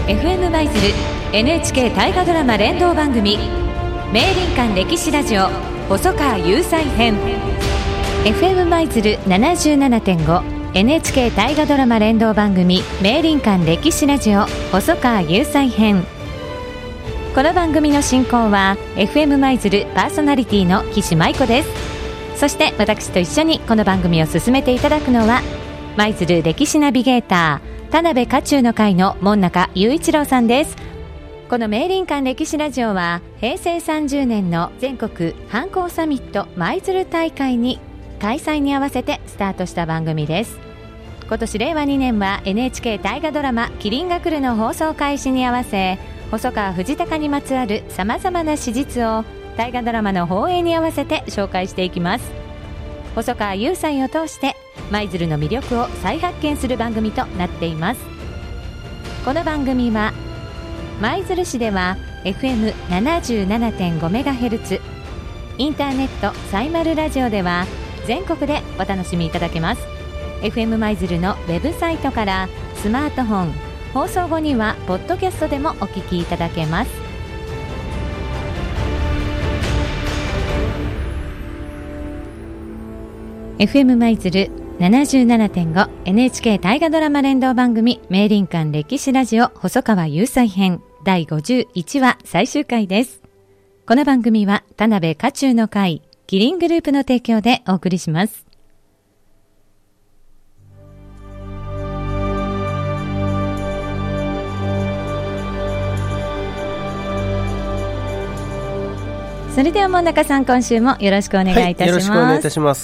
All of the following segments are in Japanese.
FM 舞鶴 NHK 大河ドラマ連動番組明倫館歴史ラジオ細川雄斎編 FM 舞鶴 77.5 NHK 大河ドラマ連動番組明倫館歴史ラジオ細川雄斎編。この番組の進行は FM 舞鶴パーソナリティの岸舞子です。そして私と一緒にこの番組を進めていただくのは舞鶴歴史ナビゲーター田辺家中の会の門中雄一郎さんです。この明倫館歴史ラジオは平成30年の全国藩校サミット舞鶴大会に開催に合わせてスタートした番組です。今年令和2年は NHK 大河ドラマ麒麟が来るの放送開始に合わせ細川藤孝にまつわるさまざまな史実を大河ドラマの放映に合わせて紹介していきます。細川雄斎を通して舞鶴の魅力を再発見する番組となっています。この番組は舞鶴市では FM77.5MHz インターネットサイマルラジオでは全国でお楽しみいただけます。 FM 舞鶴のウェブサイトからスマートフォン放送後にはポッドキャストでもお聞きいただけます。FM 舞鶴 77.5 NHK 大河ドラマ連動番組明倫館歴史ラジオ細川雄斎編第51話最終回です。この番組は田辺家中の会麒麟グループの提供でお送りします。それでは門中さん、今週もよろしくお願いいたします。 よろしくお願いいたします。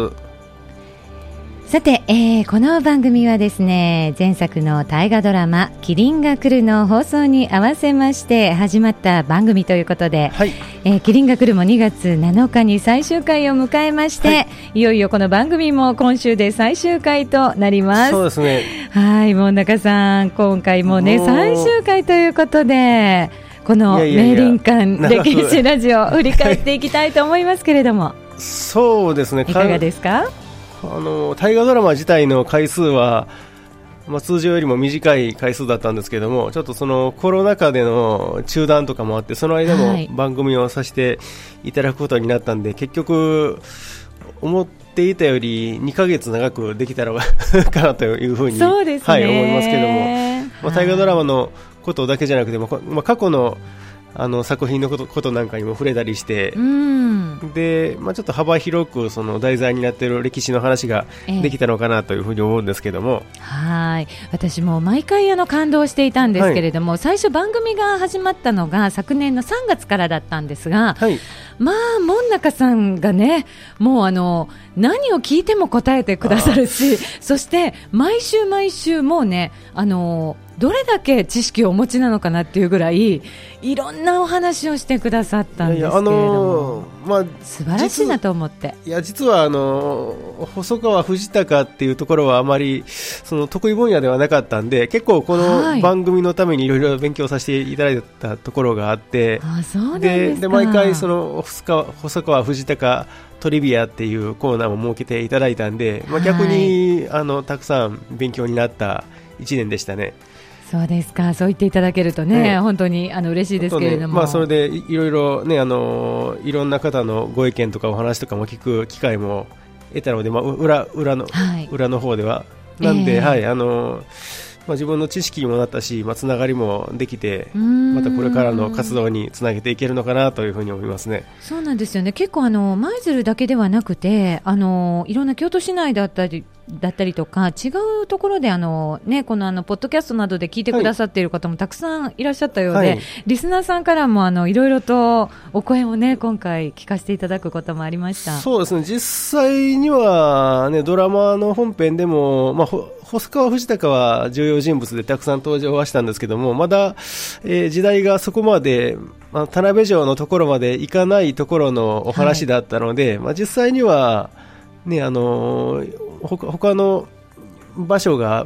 さて、この番組はですね、前作の大河ドラマ麒麟が来るの放送に合わせまして始まった番組ということで、 はい、 麒麟が来るも2月7日に最終回を迎えまして、はい、いよいよこの番組も今週で最終回となります。 そうですね。 はい、門中さん、今回もね最終回ということでこの明倫館歴史ラジオを振り返っていきたいと思いますけれどもそうですね、 いかがですか？ 大河ドラマ自体の回数は、通常よりも短い回数だったんですけども、ちょっとそのコロナ禍での中断とかもあって、その間も番組をさせていただくことになったんで、結局思っていたより2ヶ月長くできたらかなというふうに、 そうですね、 はい、思いますけども、大河ドラマのことだけじゃなくても、過去の作品のことなんかにも触れたりして、で、ちょっと幅広くその題材になっている歴史の話ができたのかなというふうに思うんですけども、 はい、私も毎回感動していたんですけれども、はい、最初番組が始まったのが昨年の3月からだったんですが、はい、門中さんがね、もう何を聞いても答えてくださるし、そして毎週毎週もうね、どれだけ知識をお持ちなのかなっていうぐらいいろんなお話をしてくださったんですけれども、素晴らしいなと思って。 いや、実は細川藤孝っていうところはあまりその得意分野ではなかったんで、結構この番組のためにいろいろ勉強させていただいたところがあって、 そうなんですか。 で毎回その細川藤孝トリビアっていうコーナーも設けていただいたんで、逆にたくさん勉強になった1年でしたね。 そうですか。そう言っていただけるとね、本当に嬉しいですけれども、 それでいろいろね、いろんな方のご意見とかお話とかも聞く機会も得たので、裏の方ではなんで、自分の知識にもなったし、つながりもできて、またこれからの活動につなげていけるのかなというふうに思いますね。 そうなんですよね。結構舞鶴だけではなくて、いろんな京都市内だったりとか違うところでこのポッドキャストなどで聞いてくださっている方もたくさんいらっしゃったようで、リスナーさんからもいろいろとお声をね、今回聞かせていただくこともありました。 そうですね、実際には、ドラマの本編でも、細川藤孝は重要人物でたくさん登場はしたんですけども、まだ、時代がそこまで、田辺城のところまで行かないところのお話だったので、実際にはね、他の場所が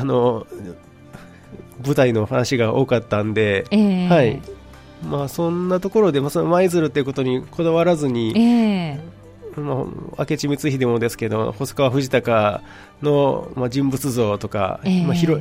舞台の話が多かったんで、はい、そんなところで、その舞鶴ということにこだわらずに、明智光秀もですけど、細川藤孝の、人物像とか、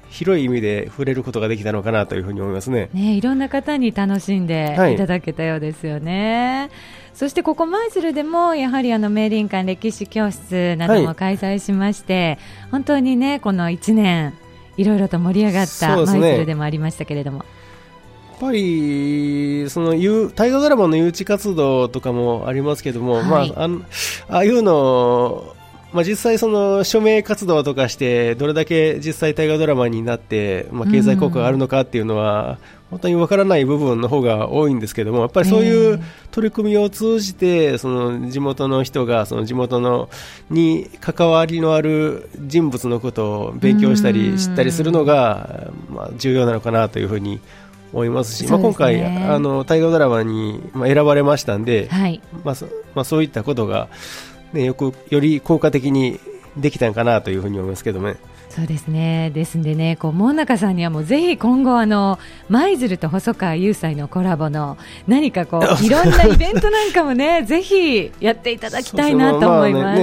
広い意味で触れることができたのかなというふうに思いますね。 いろんな方に楽しんでいただけたようですよね。そしてここ舞鶴でもやはり明林館歴史教室なども開催しまして、本当にねこの1年いろいろと盛り上がった舞鶴でもありましたけれども、 やっぱり大河ドラマの誘致活動とかもありますけども、ああいうの実際署名活動とかしてどれだけ実際大河ドラマになって、経済効果があるのかっていうのは本当にわからない部分の方が多いんですけども、やっぱりそういう取り組みを通じて地元の人が地元に関わりのある人物のことを勉強したり知ったりするのが重要なのかなというふうに思いますし、今回大河ドラマに選ばれましたんで、そういったことがより効果的にできたのかなというふうに思いますけどね。 そうですね。ですんでね、門中さんにはもうぜひ今後舞鶴と細川雄斎のコラボの何かいろんなイベントなんかもねぜひやっていただきたいなと思います。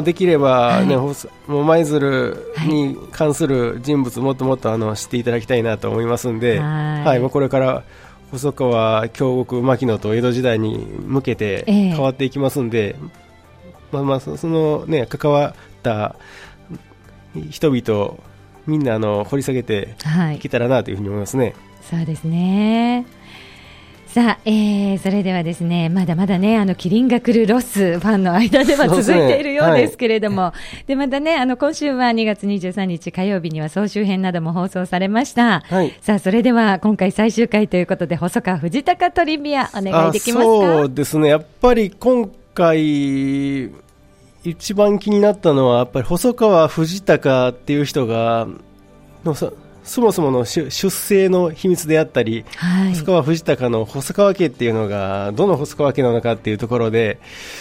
できれば、もう舞鶴に関する人物もっともっと知っていただきたいなと思いますんで、もうこれから細川京極牧野と江戸時代に向けて変わっていきますんで、関わった人々みんな掘り下げていけたらなというふうに思いますね。 そうですね。さあ、それではですね、まだまだねキリンが来るロスファンの間では続いているようですけれども、でまたね今週は2月23日火曜日には総集編なども放送されました。さあそれでは今回最終回ということで細川藤孝トリビアお願いできますか。 そうですね、やっぱり今回一番気になったのはやっぱり細川藤孝っていう人がそもそもの出生の秘密であったり、細川藤孝の細川家っていうのがどの細川家なのかっていうところで、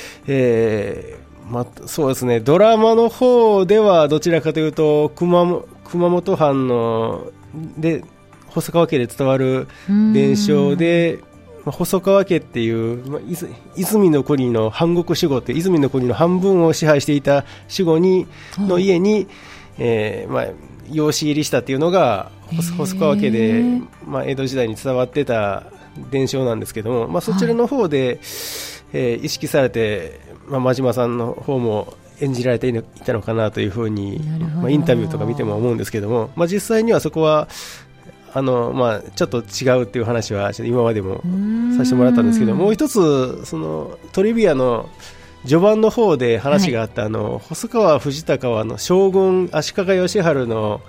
そうですね、ドラマの方ではどちらかというと熊本藩で細川家で伝わる伝承で、細川家っていう、泉の国の藩国守護って泉の国の半分を支配していた守護の家に、養子入りしたっていうのが細川家で、江戸時代に伝わってた伝承なんですけども、そちらの方で、意識されて、真島さんの方も演じられていたのかなというふうに、インタビューとか見ても思うんですけども、実際にはそこはちょっと違うっていう話は今までもさせてもらったんですけど、もう一つトリビアの序盤の方で話があった、細川藤孝は将軍足利義晴の、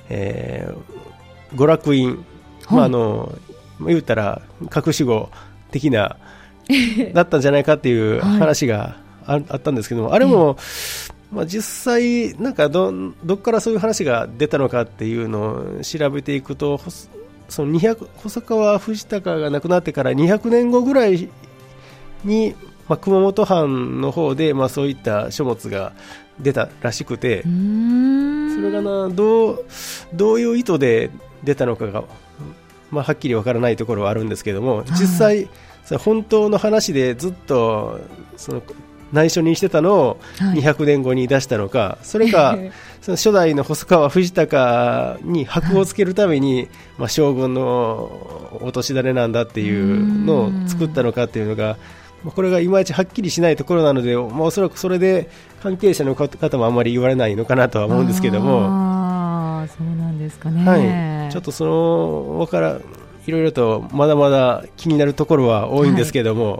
娯楽院、言ったら隠し子的なだったんじゃないかっていう話があったんですけども、あれも、実際どっからそういう話が出たのかっていうのを調べていくと、細川藤孝が亡くなってから200年後ぐらいに、熊本藩の方で、そういった書物が出たらしくて、それがどういう意図で出たのかが、はっきりわからないところはあるんですけども、実際本当の話でずっと内緒にしてたのを200年後に出したのか、それか初代の細川藤孝に箔をつけるために、将軍の落とし種なんだっていうのを作ったのかっていうのが、これがいまいちはっきりしないところなので、おそらくそれで関係者の方もあまり言われないのかなとは思うんですけども、 そうなんですかね。 ちょっといろいろとまだまだ気になるところは多いんですけども、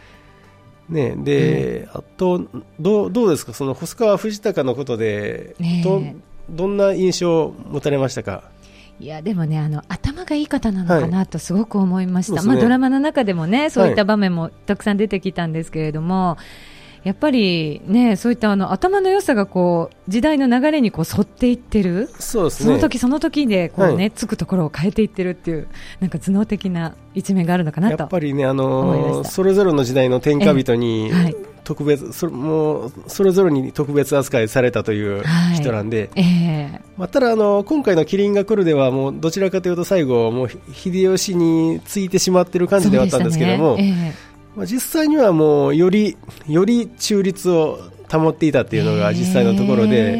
あとどうですか、細川藤孝のことで、どんな印象を持たれましたか。 いやでもね、頭がいい方なのかなとすごく思いました。ドラマの中でもね、そういった場面もたくさん出てきたんですけれども、やっぱりね、そういった頭の良さが時代の流れに沿っていってる、 そうですね、 その時でつくところを変えていってるっていう、なんか頭脳的な一面があるのかなと。 やっぱりね、それぞれの時代の天下人に特別、もうそれぞれに特別扱いされたという人なんで、ただ今回のキリンが来るではもうどちらかというと最後もう秀吉についてしまっている感じではあったんですけども、実際にはもうより中立を保っていたっていうのが実際のところで、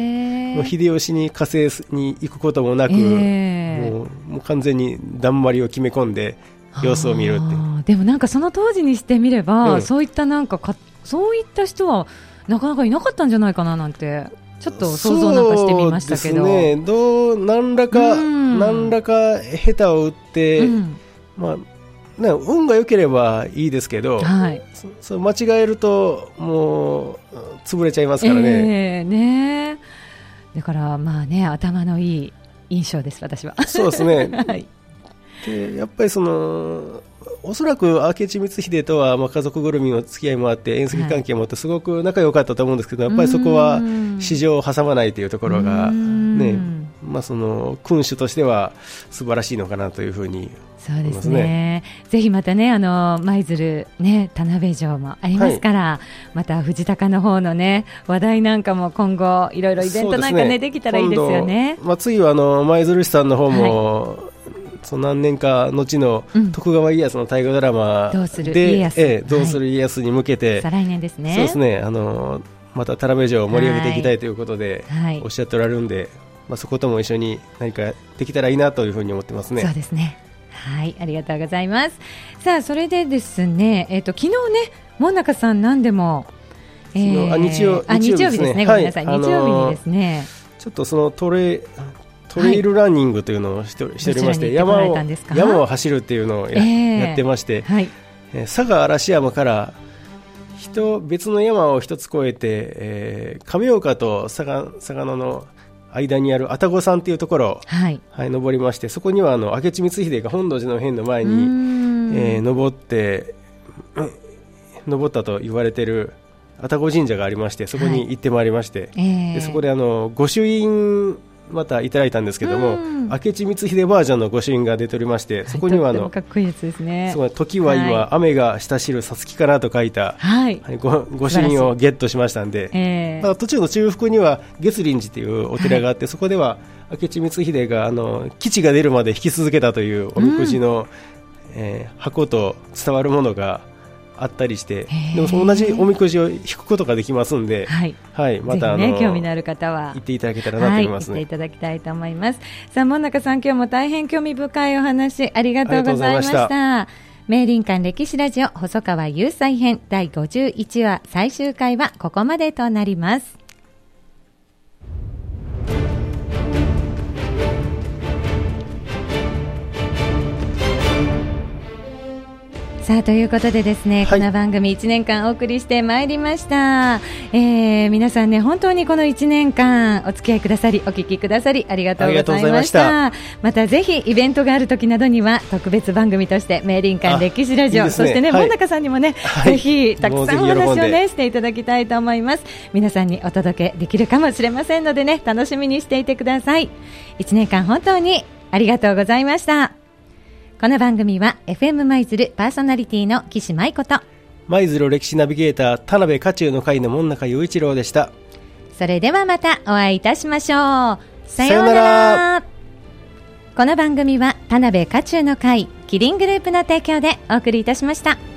もう秀吉に加勢に行くこともなく、もう完全にだんまりを決め込んで様子を見るって。 でもなんかその当時にしてみれば、そういったそういった人はなかなかいなかったんじゃないかななんてちょっと想像なんかしてみましたけど。 そうですね、何らか下手を打って、まあね、運が良ければいいですけど、間違えるともう潰れちゃいますからね。 だからまあね、頭のいい印象です、私は。 そうですね、でやっぱりおそらく明智光秀とは家族ぐるみの付き合いもあって縁戚関係もあってすごく仲良かったと思うんですけど、やっぱりそこは市場を挟まないというところが、ね、君主としては素晴らしいのかなというふうに。 そうですね、ぜひまたね、舞鶴、ね、田辺城もありますから、また藤高の方のね話題なんかも今後いろいろイベントなんかねできたらいいですよね。 次は舞鶴市さんの方も、何年か後の徳川家康の大河ドラマで、どうする家康に向けて、 再来年ですね。 そうですね、また田辺城を盛り上げていきたいということでおっしゃっておられるんで、そことも一緒に何かできたらいいなというふうに思ってますね。 そうですね、はい、ありがとうございます。さあそれでですね、昨日ね門中さん何でも、日曜日ですね、ごめんなさい、日曜日にですね、 ちょっとそのトレイルランニングというのをしておりまして、山を走るっていうのをやってまして、佐賀嵐山から別の山を一つ越えて、亀岡と佐賀野の間にある愛宕山というところを、登りまして、そこには明智光秀が本能寺の変の前に、登ったと言われている愛宕神社がありまして、そこに行ってまいりまして、でそこで御朱印またいただいたんですけども、明智光秀バージョンの御朱印が出ておりまして、そこにはかっこいいやつですね。 時は今、雨がしたしるさつきかなと書いた、御朱印をゲットしましたんで、途中の中腹には月林寺というお寺があって、そこでは明智光秀が基地が出るまで引き続けたというおみくじの、箱と伝わるものがあったりして、でも同じおみくじを引くことができますんで、また興味のある方は行っていただけたらなと思いますね。 行っていただきたいと思います。さあ門中さん、今日も大変興味深いお話ありがとうございました。明倫館歴史ラジオ細川雄斎編第51話最終回はここまでとなります。さあということでですね、この番組1年間お送りしてまいりました。皆さんね、本当にこの1年間お付き合いくださり、お聞きくださりありがとうございました。またぜひイベントがある時などには特別番組として明倫館歴史ラジオ、そしてね、門中さんにもね、ぜひたくさんお話をねしていただきたいと思います。皆さんにお届けできるかもしれませんのでね、楽しみにしていてください。1年間本当にありがとうございました。この番組は FM 舞鶴パーソナリティの岸舞子と舞鶴歴史ナビゲーター田辺家中の会の門中雄一郎でした。 それではまたお会いいたしましょう。さようなら。この番組は田辺家中の会キリングループの提供でお送りいたしました。